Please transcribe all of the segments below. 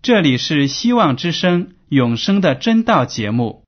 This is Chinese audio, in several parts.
这里是希望之声永生的真道节目。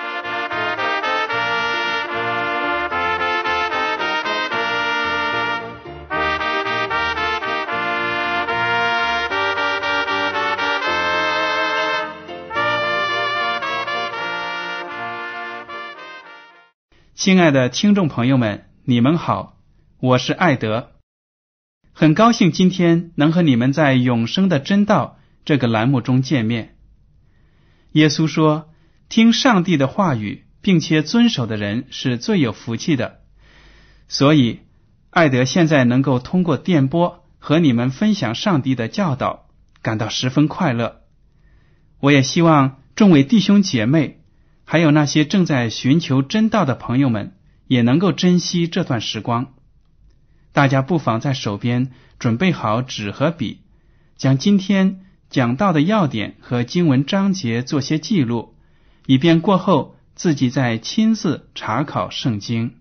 亲爱的听众朋友们，你们好，我是艾德，很高兴今天能和你们在永生的真道这个栏目中见面。耶稣说，听上帝的话语并且遵守的人是最有福气的，所以艾德现在能够通过电波和你们分享上帝的教导，感到十分快乐。我也希望众位弟兄姐妹还有那些正在寻求真道的朋友们也能够珍惜这段时光。大家不妨在手边准备好纸和笔，将今天讲到的要点和经文章节做些记录，以便过后自己再亲自查考圣经。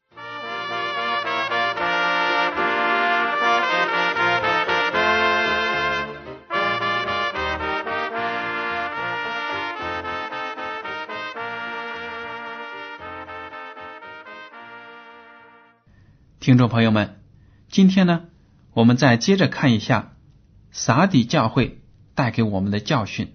听众朋友们，今天呢，我们再接着看一下撒底教会带给我们的教训。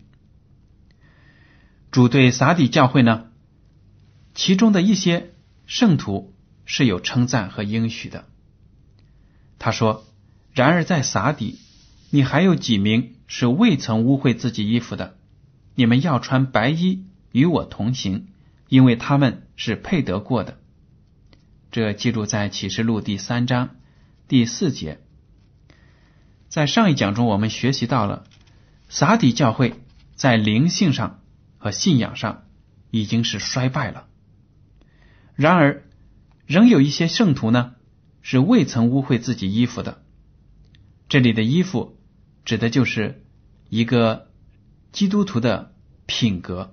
主对撒底教会呢，其中的一些圣徒是有称赞和应许的。他说，然而在撒底，你还有几名是未曾污秽自己衣服的，你们要穿白衣与我同行，因为他们是配得过的。这记录在启示录第3章第4节。在上一讲中，我们学习到了撒底教会在灵性上和信仰上已经是衰败了，然而仍有一些圣徒呢是未曾污秽自己衣服的。这里的衣服指的就是一个基督徒的品格。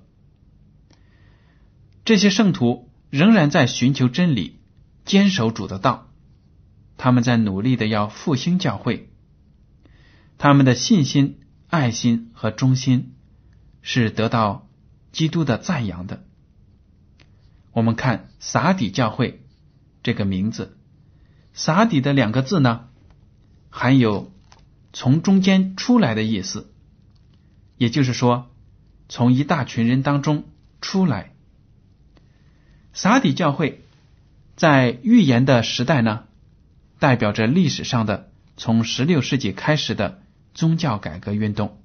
这些圣徒仍然在寻求真理，坚守主的道，他们在努力的要复兴教会，他们的信心、爱心和忠心是得到基督的赞扬的。我们看撒底教会这个名字，撒底的2个字呢，含有从中间出来的意思，也就是说，从一大群人当中出来。撒底教会在预言的时代呢，代表着历史上的从16世纪开始的宗教改革运动。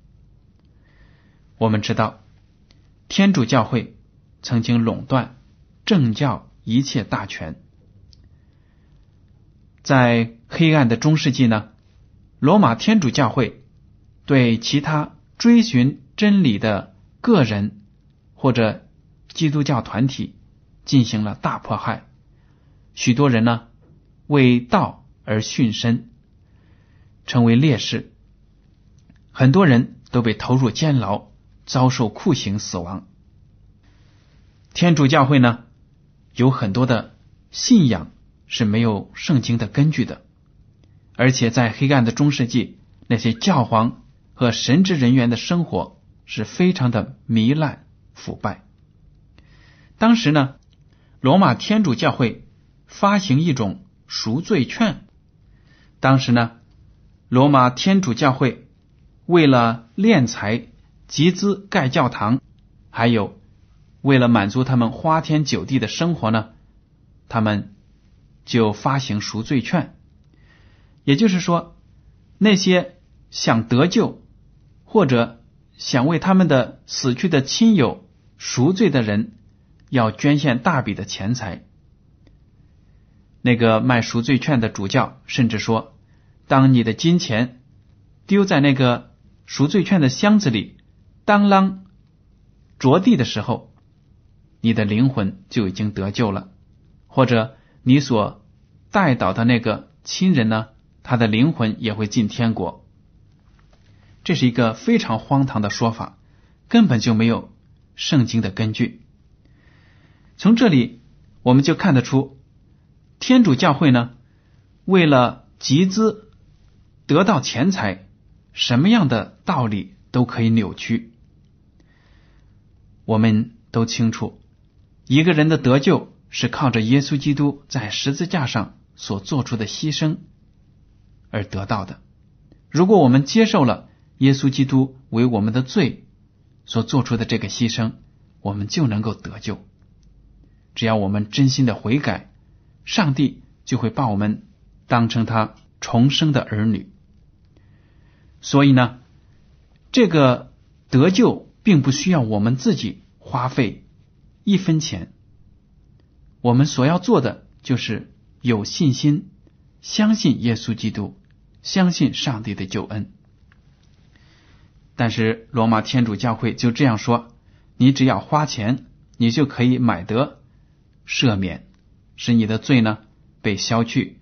我们知道，天主教会曾经垄断政教一切大权。在黑暗的中世纪呢，罗马天主教会对其他追寻真理的个人或者基督教团体进行了大迫害，许多人呢为道而殉身，成为烈士，很多人都被投入监牢，遭受酷刑死亡。天主教会呢，有很多的信仰是没有圣经的根据的，而且在黑暗的中世纪，那些教皇和神职人员的生活是非常的糜烂腐败。当时呢，罗马天主教会发行一种赎罪券。当时呢，罗马天主教会为了敛财集资盖教堂，还有为了满足他们花天酒地的生活呢，他们就发行赎罪券。也就是说，那些想得救或者想为他们的死去的亲友赎罪的人，要捐献大笔的钱财。那个卖赎罪券的主教甚至说，当你的金钱丢在那个赎罪券的箱子里，当啷着地的时候，你的灵魂就已经得救了，或者你所带倒的那个亲人呢，他的灵魂也会进天国。这是一个非常荒唐的说法，根本就没有圣经的根据。从这里我们就看得出，天主教会呢，为了集资得到钱财，什么样的道理都都可以扭曲。我们都清楚，一个人的得救是靠着耶稣基督在十字架上所做出的牺牲而得到的。如果我们接受了耶稣基督为我们的罪所做出的这个牺牲，我们就能够得救。只要我们真心的悔改，上帝就会把我们当成他重生的儿女。所以呢，这个得救并不需要我们自己花费一分钱，我们所要做的就是有信心，相信耶稣基督，相信上帝的救恩。但是罗马天主教会就这样说，你只要花钱，你就可以买得赦免，使你的罪呢被消去。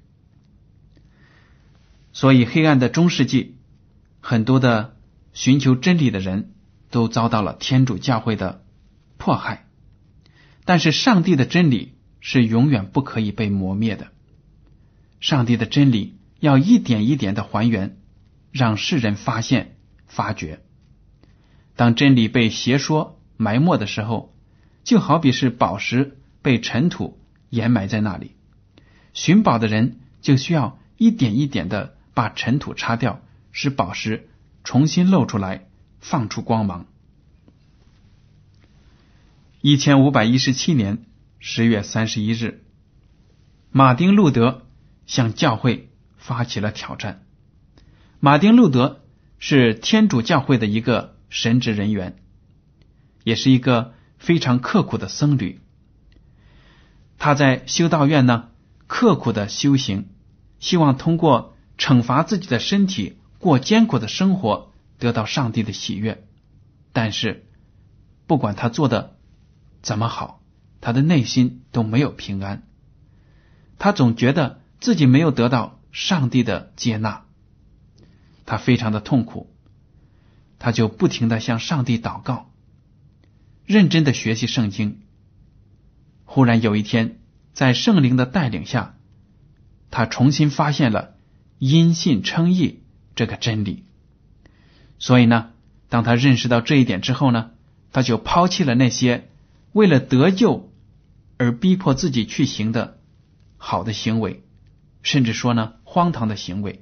所以黑暗的中世纪，很多的寻求真理的人都遭到了天主教会的迫害。但是上帝的真理是永远不可以被磨灭的，上帝的真理要一点一点的还原，让世人发现发觉。当真理被邪说埋没的时候，就好比是宝石被尘土掩埋在那里，寻宝的人就需要一点一点的把尘土擦掉，使宝石重新露出来，放出光芒。1517年10月31日，马丁路德向教会发起了挑战。马丁路德是天主教会的一个神职人员，也是一个非常刻苦的僧侣。他在修道院呢刻苦的修行，希望通过惩罚自己的身体，过艰苦的生活，得到上帝的喜悦。但是不管他做的怎么好，他的内心都没有平安。他总觉得自己没有得到上帝的接纳，他非常的痛苦。他就不停地向上帝祷告，认真地学习圣经。忽然有一天，在圣灵的带领下，他重新发现了因信称义这个真理。所以呢，当他认识到这一点之后呢，他就抛弃了那些为了得救而逼迫自己去行的好的行为，甚至说呢荒唐的行为。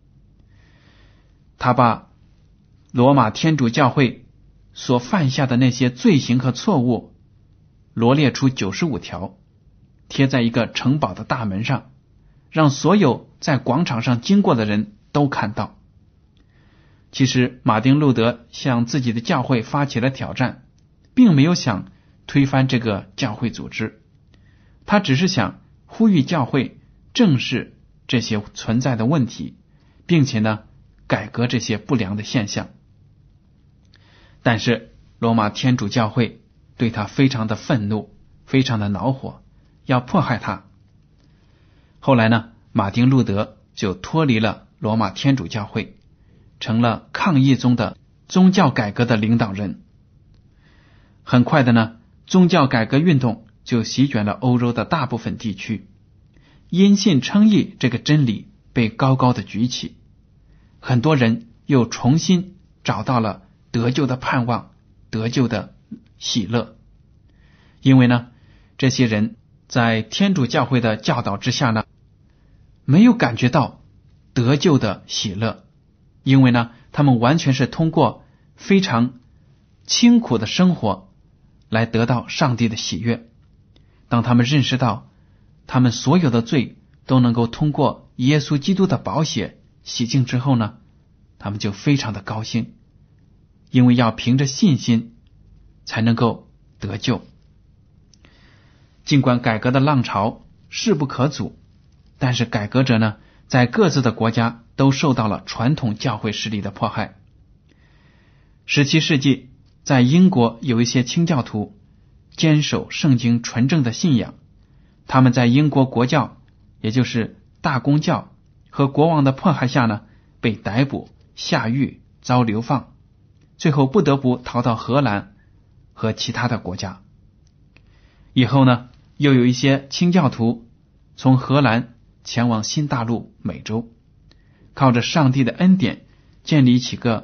他把罗马天主教会所犯下的那些罪行和错误罗列出95条，贴在一个城堡的大门上，让所有在广场上经过的人都看到。其实马丁路德向自己的教会发起了挑战，并没有想推翻这个教会组织，他只是想呼吁教会正视这些存在的问题，并且呢改革这些不良的现象。但是罗马天主教会对他非常的愤怒，非常的恼火，要迫害他。后来呢，马丁路德就脱离了罗马天主教会，成了抗议中的宗教改革的领导人。很快的呢，宗教改革运动就席卷了欧洲的大部分地区，因信称义这个真理被高高的举起，很多人又重新找到了得救的盼望，得救的喜乐。因为呢，这些人在天主教会的教导之下呢，没有感觉到得救的喜乐，因为呢，他们完全是通过非常清苦的生活来得到上帝的喜悦。当他们认识到他们所有的罪都能够通过耶稣基督的宝血洗净之后呢，他们就非常的高兴，因为要凭着信心才能够得救。尽管改革的浪潮势不可阻，但是改革者呢，在各自的国家都受到了传统教会势力的迫害。17世纪，在英国有一些清教徒坚守圣经纯正的信仰，他们在英国国教，也就是大公教和国王的迫害下呢，被逮捕、下狱、遭流放，最后不得不逃到荷兰和其他的国家。以后呢，又有一些清教徒从荷兰前往新大陆美洲，靠着上帝的恩典建立起个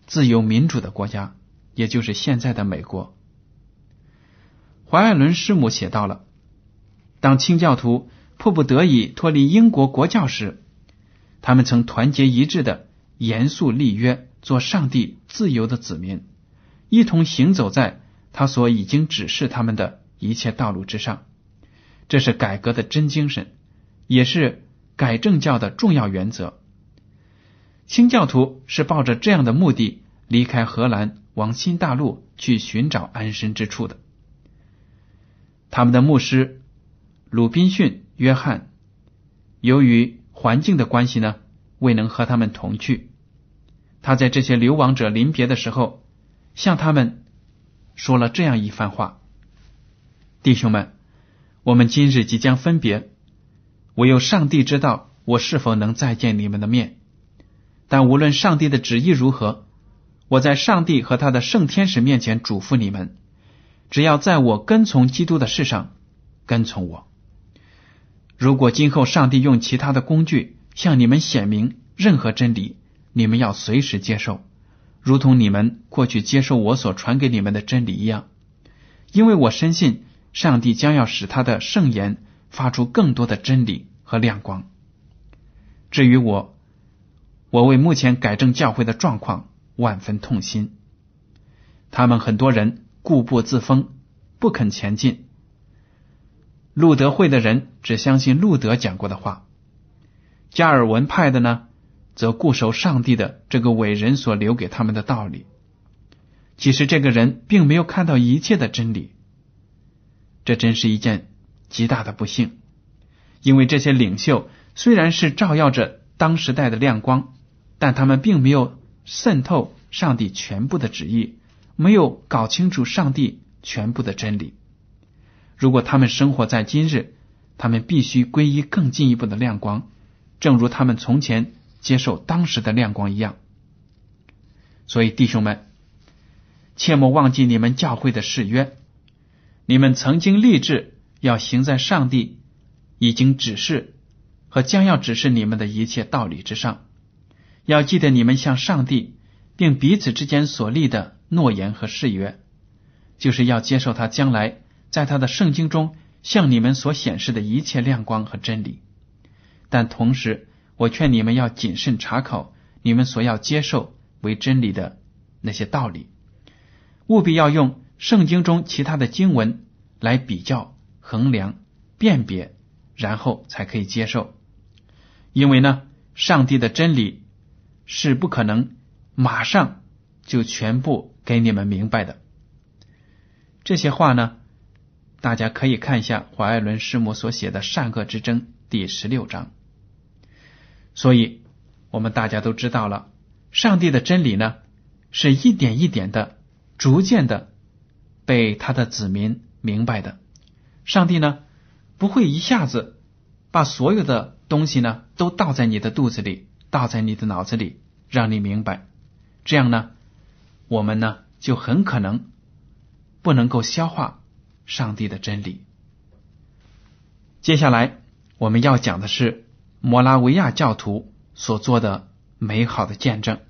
自由民主的国家，也就是现在的美国。怀艾伦师母写到了，当清教徒迫不得已脱离英国国教时，他们曾团结一致的严肃立约，做上帝自由的子民，一同行走在他所已经指示他们的一切道路之上。这是改革的真精神，也是改正教的重要原则。清教徒是抱着这样的目的离开荷兰，往新大陆去寻找安身之处的。他们的牧师鲁滨逊约翰由于环境的关系呢，未能和他们同去。他在这些流亡者临别的时候，向他们说了这样一番话：弟兄们，我们今日即将分别，唯有上帝知道我是否能再见你们的面。但无论上帝的旨意如何，我在上帝和他的圣天使面前嘱咐你们，只要在我跟从基督的事上跟从我。如果今后上帝用其他的工具向你们显明任何真理，你们要随时接受，如同你们过去接受我所传给你们的真理一样。因为我深信上帝将要使他的圣言发出更多的真理和亮光。至于我为目前改正教会的状况万分痛心。他们很多人固步自封，不肯前进。路德会的人只相信路德讲过的话，加尔文派的呢，则固守上帝的这个伟人所留给他们的道理。其实这个人并没有看到一切的真理，这真是一件极大的不幸。因为这些领袖虽然是照耀着当时代的亮光，但他们并没有渗透上帝全部的旨意，没有搞清楚上帝全部的真理。如果他们生活在今日，他们必须皈依更进一步的亮光，正如他们从前接受当时的亮光一样。所以弟兄们，切莫忘记你们教会的誓约，你们曾经立志要行在上帝已经指示和将要指示你们的一切道理之上。要记得你们向上帝并彼此之间所立的诺言和誓约，就是要接受他将来在他的圣经中向你们所显示的一切亮光和真理。但同时我劝你们要谨慎查考你们所要接受为真理的那些道理，务必要用圣经中其他的经文来比较、衡量、辨别，然后才可以接受。因为呢，上帝的真理是不可能马上就全部给你们明白的。这些话呢，大家可以看一下怀艾伦师母所写的《善恶之争》第16章。所以我们大家都知道了，上帝的真理呢，是一点一点的逐渐的被他的子民明白的。上帝呢，不会一下子把所有的东西呢都倒在你的肚子里，倒在你的脑子里，让你明白。这样呢，我们呢就很可能不能够消化上帝的真理。接下来我们要讲的是摩拉维亚教徒所做的美好的见证。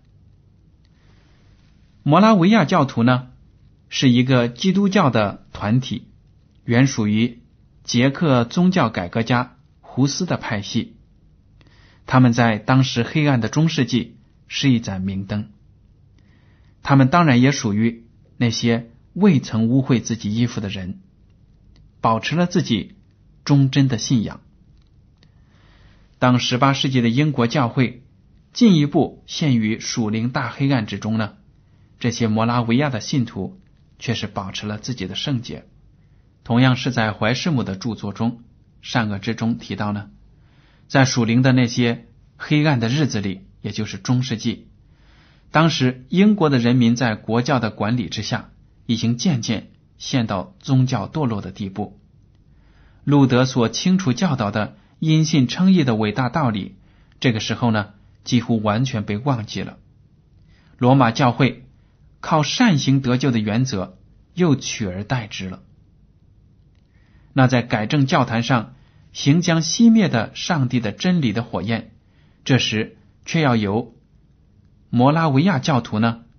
摩拉维亚教徒呢，是一个基督教的团体，原属于捷克宗教改革家胡斯的派系。他们在当时黑暗的中世纪是一盏明灯。他们当然也属于那些未曾污秽自己衣服的人，保持了自己忠贞的信仰。当18世纪的英国教会进一步陷于属灵大黑暗之中呢，这些摩拉维亚的信徒却是保持了自己的圣洁。同样是在怀师母的著作中《善恶之中》提到呢，在属灵的那些黑暗的日子里，也就是中世纪，当时英国的人民在国教的管理之下，已经渐渐陷到宗教堕落的地步。路德所清楚教导的因信称义的伟大道理，这个时候呢，几乎完全被忘记了。罗马教会靠善行得救的原则又取而代之了。那在改正教坛上行将熄灭的上帝的真理的火焰，这时却要由摩拉维亚教徒呢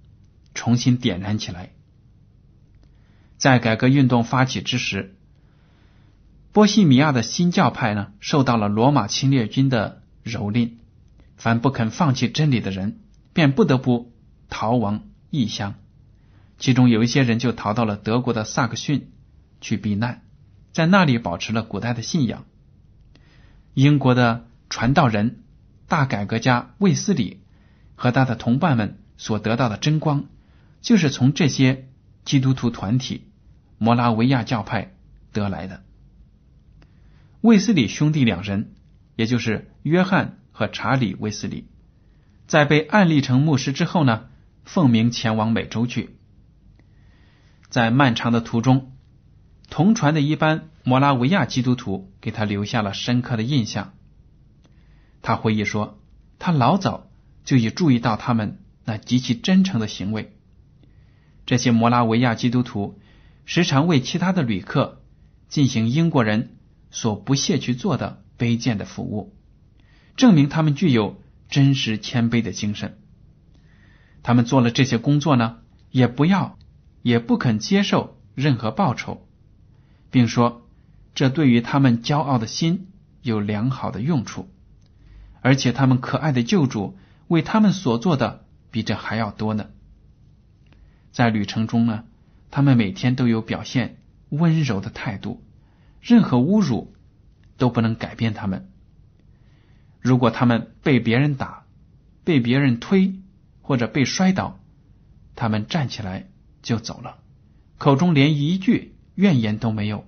重新点燃起来。在改革运动发起之时，波西米亚的新教派呢，受到了罗马侵略军的蹂躏，凡不肯放弃真理的人，便不得不逃亡异乡。其中有一些人就逃到了德国的萨克逊去避难，在那里保持了古代的信仰。英国的传道人、大改革家卫斯理和他的同伴们所得到的真光，就是从这些基督徒团体摩拉维亚教派得来的。卫斯理兄弟两人，也就是约翰和查理·卫斯理，在被按立成牧师之后呢，奉命前往美洲去。在漫长的途中，同传的一班摩拉维亚基督徒给他留下了深刻的印象。他回忆说，他老早就已注意到他们那极其真诚的行为。这些摩拉维亚基督徒时常为其他的旅客进行英国人所不屑去做的卑贱的服务，证明他们具有真实谦卑的精神。他们做了这些工作呢，也不肯接受任何报酬，并说这对于他们骄傲的心有良好的用处，而且他们可爱的救主为他们所做的比这还要多呢。在旅程中呢，他们每天都有表现温柔的态度，任何侮辱都不能改变他们。如果他们被别人打、被别人推或者被摔倒，他们站起来就走了，口中连一句怨言都没有。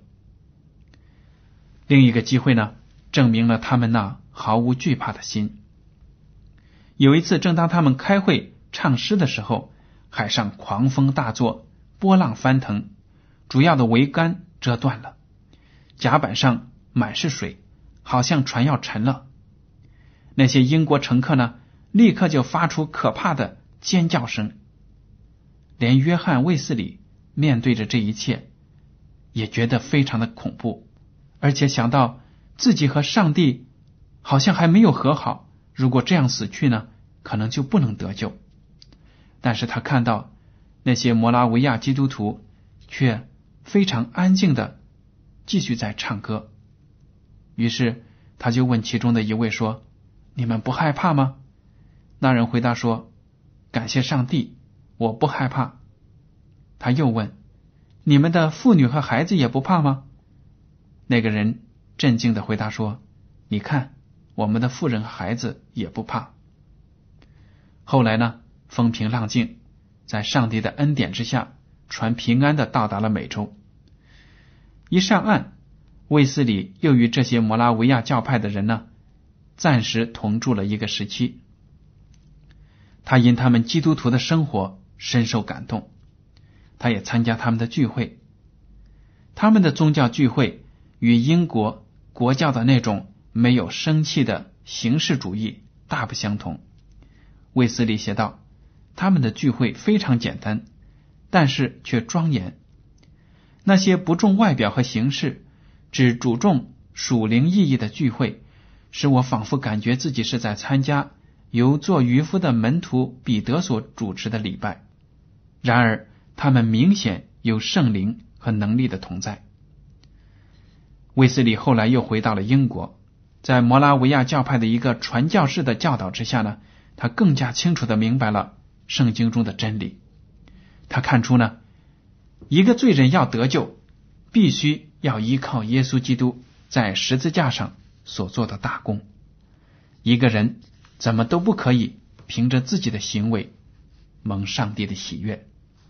另一个机会呢，证明了他们那毫无惧怕的心。有一次，正当他们开会唱诗的时候，海上狂风大作，波浪翻腾，主要的桅杆折断了，甲板上满是水，好像船要沉了。那些英国乘客呢，立刻就发出可怕的尖叫声。连约翰·卫斯理面对着这一切，也觉得非常的恐怖，而且想到自己和上帝好像还没有和好，如果这样死去呢，可能就不能得救。但是他看到那些摩拉维亚基督徒却非常安静的继续在唱歌，于是他就问其中的一位说，你们不害怕吗？那人回答说，感谢上帝，我不害怕。他又问，你们的妇女和孩子也不怕吗？那个人镇静地回答说，你看，我们的妇人和孩子也不怕。后来呢，风平浪静，在上帝的恩典之下，船平安地到达了美洲。一上岸，卫斯理又与这些摩拉维亚教派的人呢，暂时同住了一个时期。他因他们基督徒的生活深受感动，他也参加他们的聚会。他们的宗教聚会与英国国教的那种没有生气的形式主义大不相同。卫斯理写道，他们的聚会非常简单，但是却庄严。那些不重外表和形式，只注重属灵意义的聚会，使我仿佛感觉自己是在参加由做渔夫的门徒彼得所主持的礼拜。然而他们明显有圣灵和能力的同在。卫斯理后来又回到了英国，在摩拉维亚教派的一个传教士的教导之下呢，他更加清楚地明白了圣经中的真理。他看出呢，一个罪人要得救，必须要依靠耶稣基督在十字架上所做的大功。一个人怎么都不可以凭着自己的行为蒙上帝的喜悦。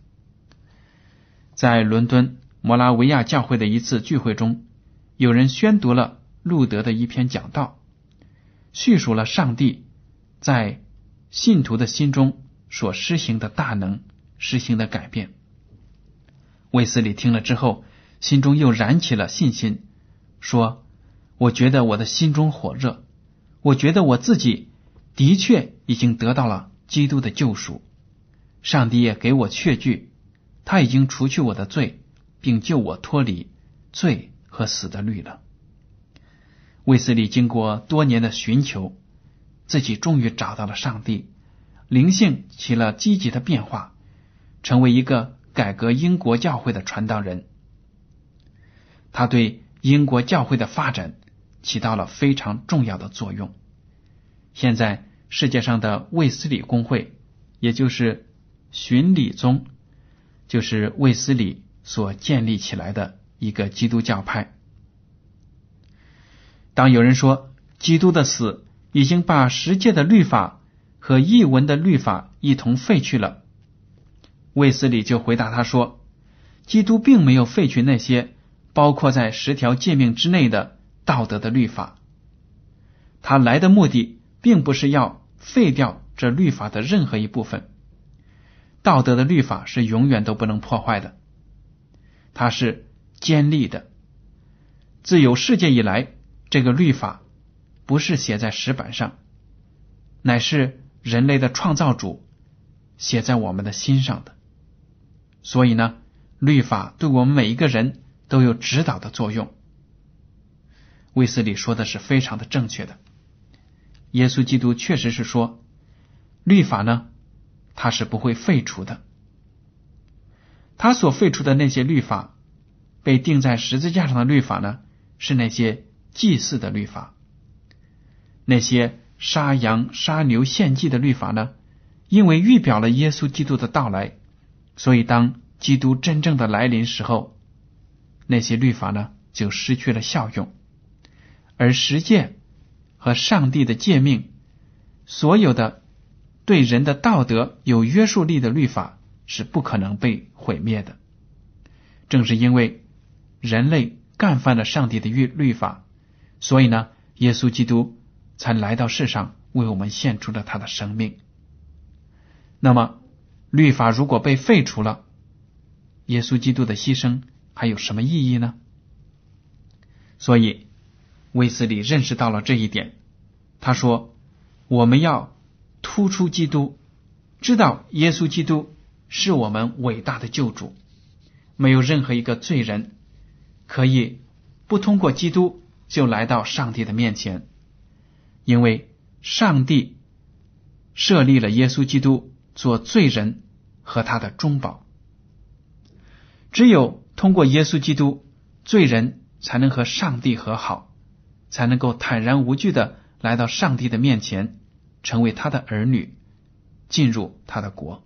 在伦敦摩拉维亚教会的一次聚会中，有人宣读了路德的一篇讲道，叙述了上帝在信徒的心中所施行的大能，施行的改变。卫斯理听了之后，心中又燃起了信心，说，我觉得我的心中火热，我觉得我自己的确已经得到了基督的救赎，上帝也给我确据，他已经除去我的罪，并救我脱离罪和死的律了。卫斯理经过多年的寻求，自己终于找到了上帝，灵性起了积极的变化， 成为一个改革英国教会的传道人。他对英国教会的发展起到了非常重要的作用。现在世界上的卫斯理公会，也就是循理宗，就是卫斯理所建立起来的一个基督教派。当有人说基督的死已经把十诫的律法和译文的律法一同废去了，卫斯理就回答他说，基督并没有废去那些包括在10条诫命之内的道德的律法，他来的目的并不是要废掉这律法的任何一部分。道德的律法是永远都不能破坏的，它是坚立的。自有世界以来，这个律法不是写在石板上，乃是人类的创造主写在我们的心上的。所以呢，律法对我们每一个人都有指导的作用。卫斯理说的是非常的正确的。耶稣基督确实是说，律法呢，它是不会废除的。他所废除的那些律法，被钉在十字架上的律法呢，是那些祭祀的律法。那些杀羊杀牛献祭的律法呢，因为预表了耶稣基督的到来，所以当基督真正的来临时候，那些律法呢就失去了效用。而十诫和上帝的诫命，所有的对人的道德有约束力的律法是不可能被毁灭的。正是因为人类干犯了上帝的律法，所以呢，耶稣基督才来到世上，为我们献出了他的生命。那么律法如果被废除了，耶稣基督的牺牲还有什么意义呢？所以卫斯理认识到了这一点，他说，我们要突出基督，知道耶稣基督是我们伟大的救主，没有任何一个罪人可以不通过基督就来到上帝的面前，因为上帝设立了耶稣基督做罪人和他的中保。只有通过耶稣基督，罪人才能和上帝和好，才能够坦然无惧的来到上帝的面前，成为他的儿女，进入他的国。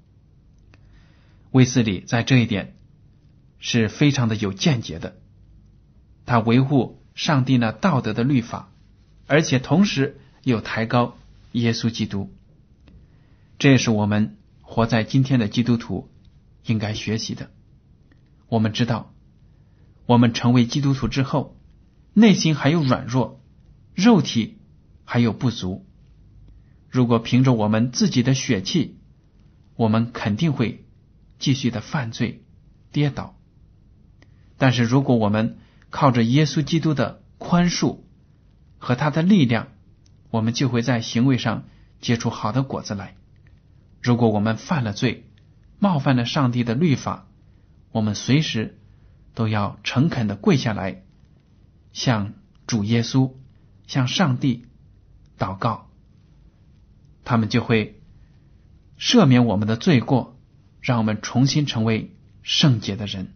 卫斯理在这一点是非常的有见解的，他维护上帝那道德的律法，而且同时又抬高耶稣基督。这也是我们活在今天的基督徒应该学习的。我们知道，我们成为基督徒之后，内心还有软弱，肉体还有不足。如果凭着我们自己的血气，我们肯定会继续的犯罪跌倒。但是如果我们靠着耶稣基督的宽恕和他的力量，我们就会在行为上结出好的果子来。如果我们犯了罪，冒犯了上帝的律法，我们随时都要诚恳的跪下来，向主耶稣，向上帝祷告，他们就会赦免我们的罪过，让我们重新成为圣洁的人。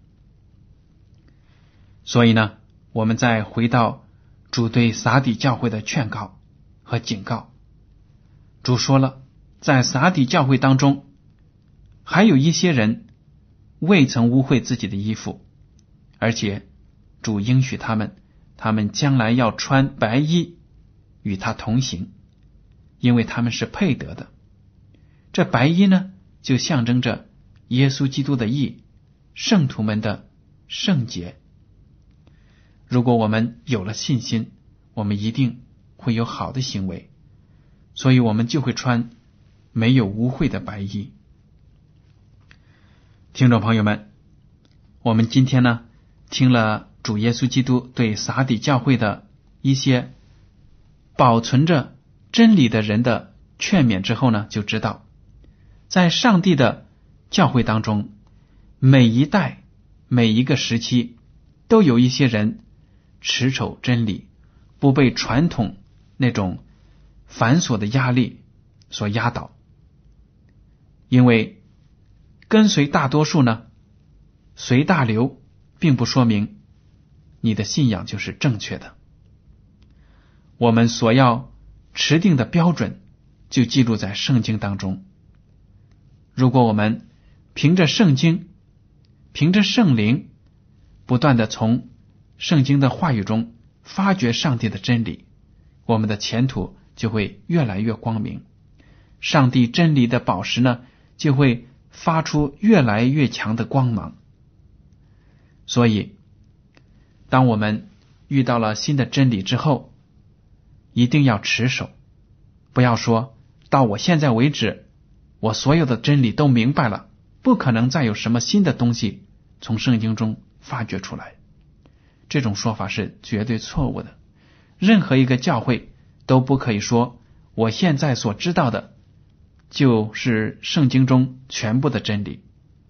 所以呢，我们再回到主对撒底教会的劝告和警告。主说了，在撒底教会当中，还有一些人未曾污秽自己的衣服，而且主应许他们将来要穿白衣与他同行，因为他们是配得的。这白衣呢，就象征着耶稣基督的义，圣徒们的圣洁。如果我们有了信心，我们一定会有好的行为，所以我们就会穿没有污秽的白衣。听众朋友们，我们今天呢，听了主耶稣基督对撒底教会的一些保存着真理的人的劝勉之后呢，就知道在上帝的教会当中，每一代每一个时期都有一些人持守真理，不被传统那种繁琐的压力所压倒。因为跟随大多数呢，随大流，并不说明你的信仰就是正确的。我们所要持定的标准就记录在圣经当中。如果我们凭着圣经，凭着圣灵，不断的从圣经的话语中发掘上帝的真理，我们的前途就会越来越光明，上帝真理的宝石呢，就会发出越来越强的光芒。所以当我们遇到了新的真理之后，一定要持守，不要说到我现在为止，我所有的真理都明白了，不可能再有什么新的东西从圣经中发掘出来。这种说法是绝对错误的。任何一个教会都不可以说我现在所知道的就是圣经中全部的真理。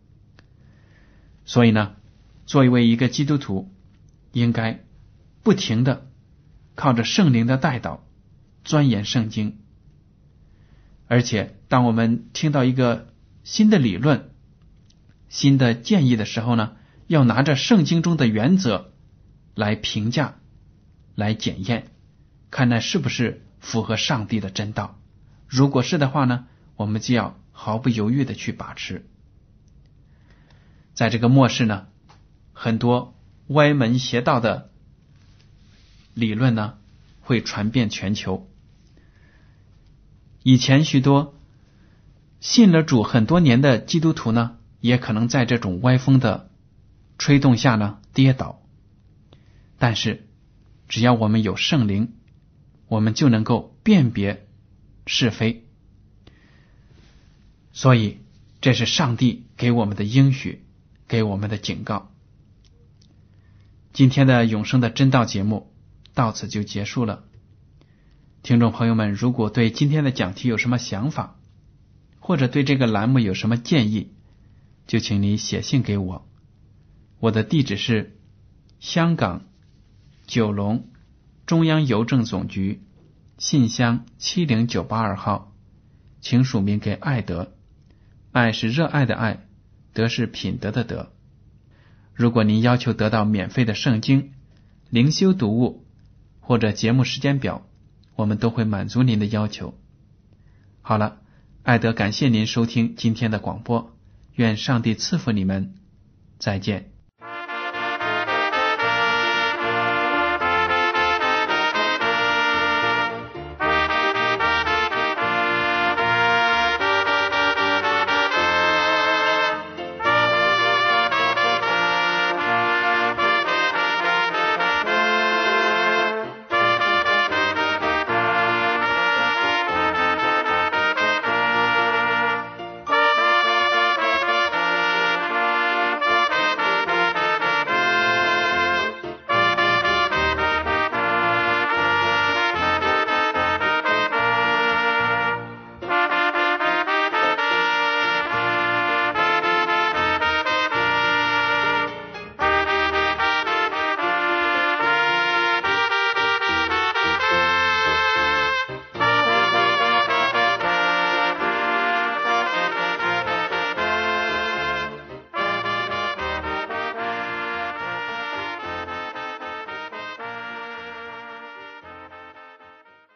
所以呢，作为一个基督徒，应该不停的靠着圣灵的带导钻研圣经。而且当我们听到一个新的理论、新的建议的时候呢，要拿着圣经中的原则来评价、来检验，看那是不是符合上帝的真道。如果是的话呢，我们就要毫不犹豫的去把持。在这个末世呢，很多歪门邪道的理论呢会传遍全球。以前许多信了主很多年的基督徒呢，也可能在这种歪风的吹动下呢跌倒。但是只要我们有圣灵，我们就能够辨别是非。所以这是上帝给我们的应许，给我们的警告。今天的永生的真道节目到此就结束了。听众朋友们，如果对今天的讲题有什么想法，或者对这个栏目有什么建议，就请你写信给我。我的地址是香港九龙中央邮政总局信箱70982号，请署名给爱德。爱是热爱的爱，德是品德的德。如果您要求得到免费的圣经、灵修读物或者节目时间表，我们都会满足您的要求。好了，爱德感谢您收听今天的广播，愿上帝赐福你们，再见。